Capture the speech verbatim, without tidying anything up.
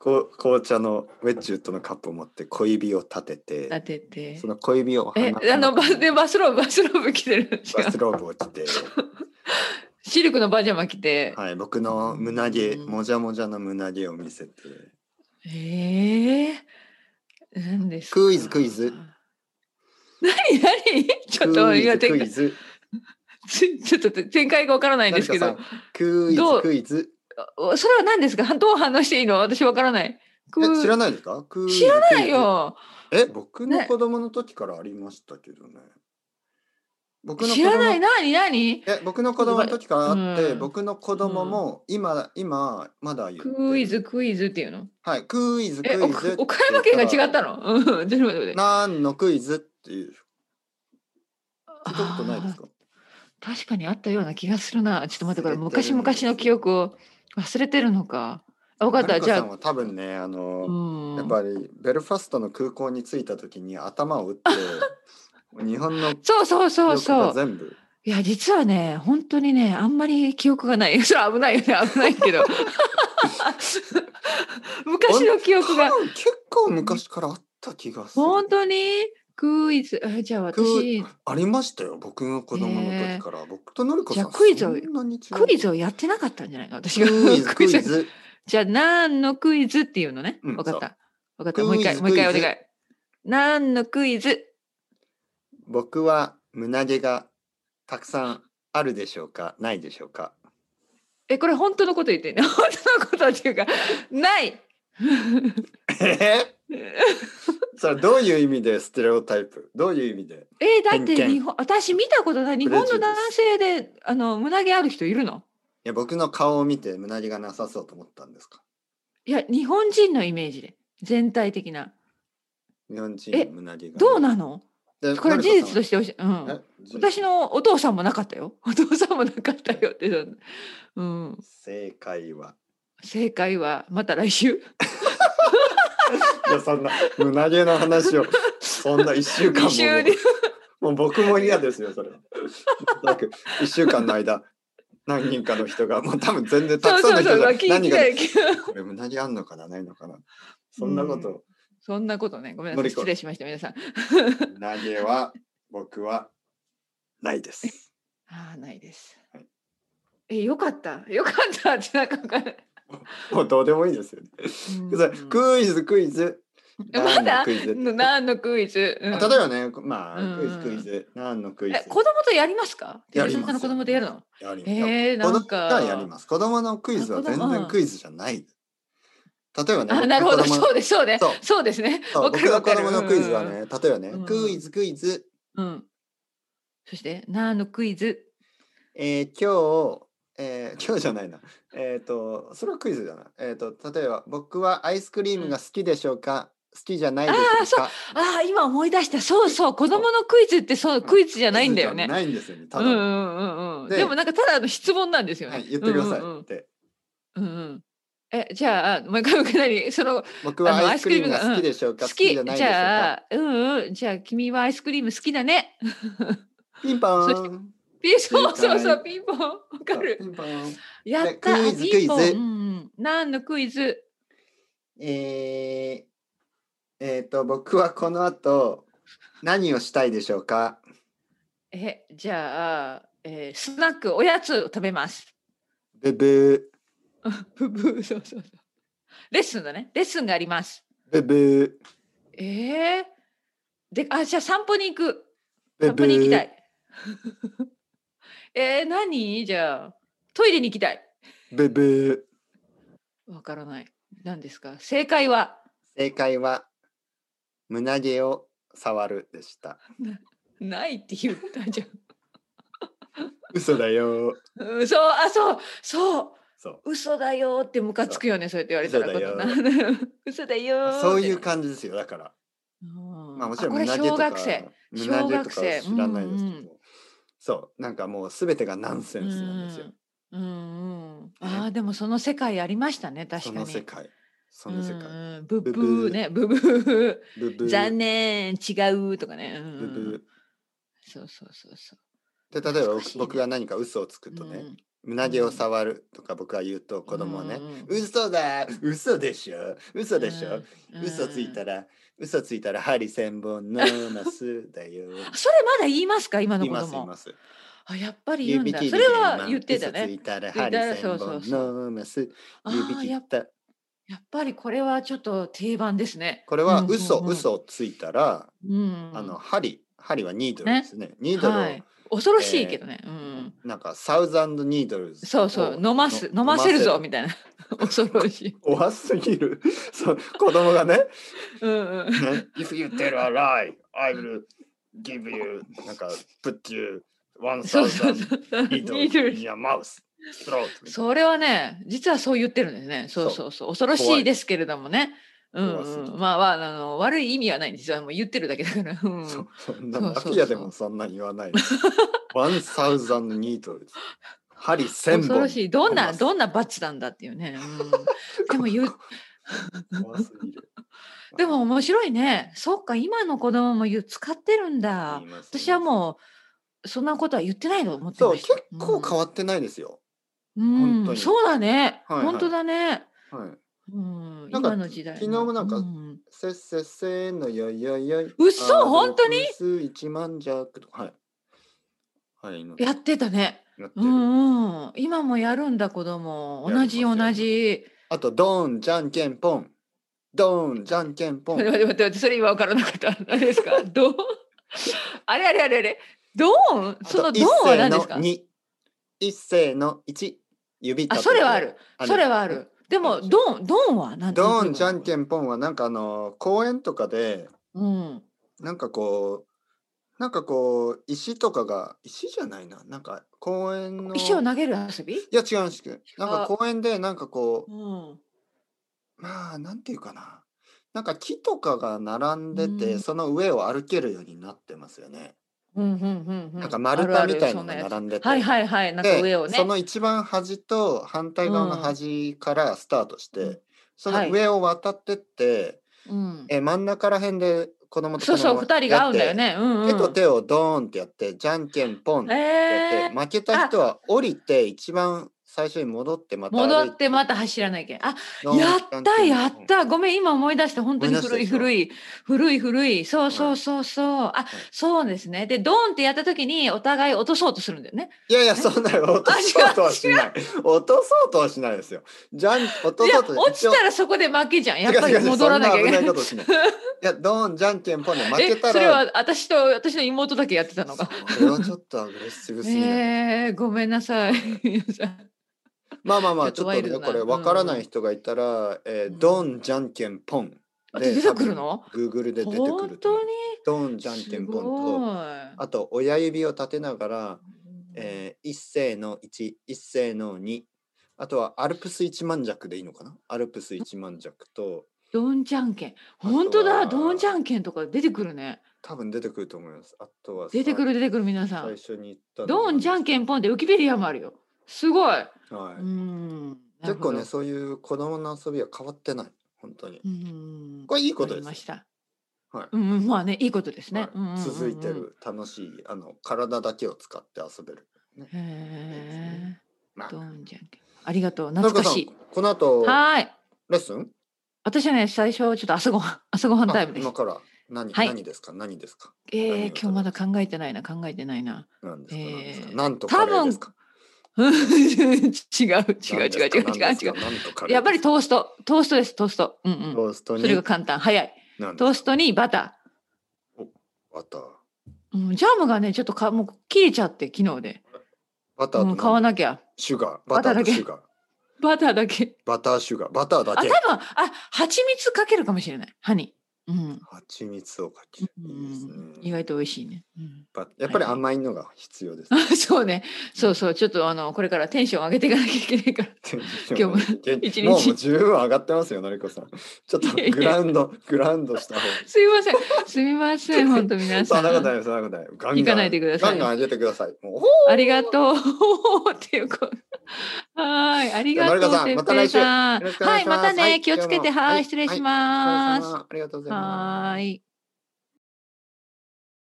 こ紅茶のウェッジウッドのカップを持って小指を立てて、 立ててその小指をえ鼻あのバのでバスローブバスローブ着てるんですよバスローブを着て、 シルクのパジャマ着て、 はい、僕の胸毛、 うんもじゃもじゃの胸毛を見せて、 ええー、何ですか。 クイズクイズ何何ちょっとクイズ今展開クイズちちょっと展開がわからないんですけど、 成田さんクイズどうクイズそれは何ですか。どう反応していいの？私わからない。 え知らないですか？クイズ知らないクイズよ。 え僕の子供の時からありましたけどね。僕の知子供らない。何何え僕の子供の時からあって、 うん僕の子供も今、今まだ言ってるクイズクイズっていうの？ はいクイズえクイズお岡山県が違ったの？うんちょっと待って待って何のクイズっていう聞いたことないですあか？ ー確かにあったような気がするな。ちょっと待って、これ忘れてるんですよ昔々の記憶を忘れてるのか。あ分かった。じゃあマリコさんは多分ねあの、 うんやっぱりベルファストの空港に着いた時に頭を打って日本のそうそうそう記憶がそう。 全部いや実はね本当にねあんまり記憶がない。それは危ないよね危ないけど昔の記憶が多分結構昔からあった気がする。 本当にクイズあじゃあ私ありましたよ僕の子供の時から、えー、僕とのりこさんじゃあクイズをそんなに違うクイズをやってなかったんじゃないの私がクイズクイズじゃあ何のクイズっていうのね、うん、分かった分かったもう一回もう一回お願い何のクイズ僕は胸毛がたくさんあるでしょうかないでしょうかえこれ本当のこと言ってんね本当のことっていうかないえそれどういう意味でステレオタイプどういう意味でえー、だって日本私見たことない日本の男性であの胸毛ある人いるの？ いや僕の顔を見て胸毛がなさそうと思ったんですか？ いや日本人のイメージで全体的な日本人の胸毛がどうなの？これ事実としてほしい、うん、私のお父さんもなかったよお父さんもなかったよって、うん、 正解は正解はまた来週いやそんな胸毛の話をそんないっしゅうかんももう僕も嫌ですよそれいっしゅうかんの間何人かの人がもう多分全然たくさんの人が何がこれ胸毛あんのかなないのかなそんなこと、うん、 そんなことねごめんなさい失礼しました皆さん胸毛は僕はないですあないです、はい、えよかったよかったってなんかもうどうでもいいですよねクイズクイズまだ何のクイズ、 うん、例えばねまあ、うん、クイズクイズ何のクイズ子供とやりますか？ やります。 子供とやるの？ やります。 えー、なんかやります。子供のクイズは全然クイズじゃない。例えばね。 あ、なるほど。そうですそうです。そうですね。 僕の子供のクイズはね、例えばね、うん、クイズクイズ。 うん。そして何のクイズ？ えー、今日、えー、今日じゃないな。えっ、ー、とそれはクイズじゃない。えっ、ー、と例えば僕はアイスクリームが好きでしょうか？うん、好きじゃないでしょうか？ ああ今思い出した。そうそう子供のクイズってそうクイズじゃないんだよね。 ないんですよね。ただうんうんうん。でもなんかただの質問なんですよね。 はい、言ってくださいって。 うんうん。えじゃあもう一回もう一回何その僕はアイスクリームが好きでしょうか？好きじゃないでしょうか？ じゃあうんうんじゃあ君はアイスクリーム好きだね。 ピンポーン。 ピンそうそうそうピンポンわかる。 ピンポン。 やったクイズクイズ。うんうん。何のクイズ？ えー、えーと僕はこの後何をしたいでしょうか？ えじゃあ、えー、スナックおやつを食べます。 ブブー。ブブーそうそうそう。レッスンだね。レッスンがあります。 ブブー。えー、であじゃあ散歩に行く。散歩に行きたい。えー、何じゃあトイレに行きたい。 ブブー。わからない。何ですか？正解は正解は胸毛を触るでした。 な, ないって言ったじゃん。 嘘だよ。 うん、そうあそうそうそう嘘だよってムカつくよね。そうやって言われたら嘘だよ。 嘘だよ。 そういう感じですよだから。 うん、 まあもちろん胸毛とか胸毛とか知らないですけど、うんうん、そうなんかもうすべてがナンセンスなんですよ。 うんうんうん、ああでもその世界ありましたね確かに。 その世界その世界。 うん、ブブーねブブー残念違うとかね。うん、ブブーそうそうそうそう。 で例えば僕が何か嘘をつくとね、 胸毛を触るとか僕は言うと子供はね、うん、嘘だ嘘でしょ嘘でしょ、うん、嘘ついたら嘘ついたら針千本のますだよそれまだ言いますか今の子供。 言います言います。 あやっぱり言うんだ。それは言ってたね。 嘘ついたら針千本のます指切った。 やっぱりこれはちょっと定番ですね。 これは嘘、うんうんうん、嘘ついたら、うん、あの針針はニードルですね。ねニードルを、はい、 恐ろしいけどね、えーうん、 なんかサウザンドニードルズそうそう飲ます飲ませるぞみたいな恐ろしい怖すぎるそう子供がねうん、うんね、If you tell a lie I will give you なんか put you one thousand needle in your mouth それはね実はそう言ってるんですね。そうそうそう恐ろしいですけれどもねうんうん、まあ、まあ、あの悪い意味はないんですよ。もう言ってるだけだから。うん、 そ, そんなマフィアでもそんなに言わない。ワンサウザンドニートルです。針千本。 恐ろしい。どんなどんなバッチなんだっていうね。うん、でも言う。怖すぎる。でも面白いね。そっか今の子供も言う使ってるんだ。私はもうそんなことは言ってないと思ってました。 そう結構変わってないですよ。 うん、本当にそうだね、はいはい。本当だね。 はい。 うん、今の時代昨日もなんか、うん、せっせっせのよいよいよい。 嘘本当に？ 一万弱とか、はい。はい、 やってたね。うんうん。今もやるんだ子供。同じ同じ。 あとドーンじゃんけんポン。ドーンじゃんけんポン。 待って待って待ってそれ今分からなかった。何ですか？ドーン。あれあれあれあれ。ドーン？そのドーンは何ですか？ に。一斉の一。指立てて。 あそれはある。それはある。でもドンドンは何てドーンじゃんけんポンはなんかあの公園とかで、うん、なんかこうなんかこう石とかが石じゃないななんか公園の石を投げる遊び？いや違うんですけどなんか公園でなんかこう、うん、まあなんていうかななんか木とかが並んでて、うん、その上を歩けるようになってますよね。うんうんうんうん、なんか丸太みたいなのが並んでてはいはいはいなんか上をねその一番端と反対側の端からスタートして、うん、その上を渡ってって、はい、え真ん中ら辺で子供とそうそうふたりが合うんだよね、うんうん、 手と手をドーンってやってじゃんけんポンってやって、えー、負けた人は降りて一番最初に戻ってまた戻ってまた走らなきゃあやったやったごめん今思い出して本当に古い古い古い古いそうそうそうそう、はい、あ、はい、そうですねでドーンってやった時にお互い落とそうとするんだよね。 いやいやそんな落とそうとはしない落とそうとはしないですよ。じゃん落とそうと落ちたらそこで負けじゃんやっぱり戻らなきゃいけない。いやドーンじゃんけんポンで負けたらそれは私と私の妹だけやってたのか。 それはちょっとアグレッシブすぎない。 えー、ごめんなさい。 まあまあまあちょっとねこれ分からない人がいたら、えー、ドンじゃんけんポンで出てくるの？ グーグルで出てくると。 本当に？ ドンじゃんけんポンとあと親指を立てながら、えー、一斉のいち一斉のにあとはアルプス一万弱でいいのかなアルプス一万弱とドンじゃんけん本当だドンじゃんけんとか出てくるね。 多分出てくると思います。あとは出てくる出てくる皆さん最初に言ったドンじゃんけんポンでウィキペディアもあるよ。すごい、はい、 うん結構ねそういう子供の遊びは変わってない本当に。うんこれいいことです。 ました。 はい。 うん、まあねいいことですね。はいうんうんうんうん、続いてる楽しいあの体だけを使って遊べる、ね。へえ。まあ、ドンじゃんけんありがとう懐かしい。 この後はいレッスン？ 私はね最初ちょっと朝ごはん朝ごはんタイムです。 今から何、はい、何ですか何ですか？ えー、今日まだ考えてないな考えてないな。 何ですか？何ですか？なんとカレーですか？ 違う違う違う違う違う違う。やっぱりトーストトーストですトースト。うんうん。トーストにそれが簡単早い。トーストにバター。バター。 うん、ジャムがねちょっとかもう切れちゃって昨日で。 バターと、うん、 買わなきゃ。 シュガーバターとシュガー。 バターだけ。 バターシュガーバターだけ。 あ多分あ蜂蜜かけるかもしれない。ハニー。うん、 蜂蜜をかける、いいですね、 うん、意外と美味しいね、うん、 やっぱり甘いのが必要です、 ね、はい、そうねそうそうちょっとあのこれからテンション上げていかなきゃいけないから今日も一日もう十分上がってますよのりこさんちょっとグラウンドグラウンドした方がすみませんすみません本当皆さんそんなことないそんなことないガンガン行かないでくださいガンガン上げてくださいもうありがとうっていうかはいありがとうまた来週はいまたね気をつけてはい失礼しますありがとうございます。 はい。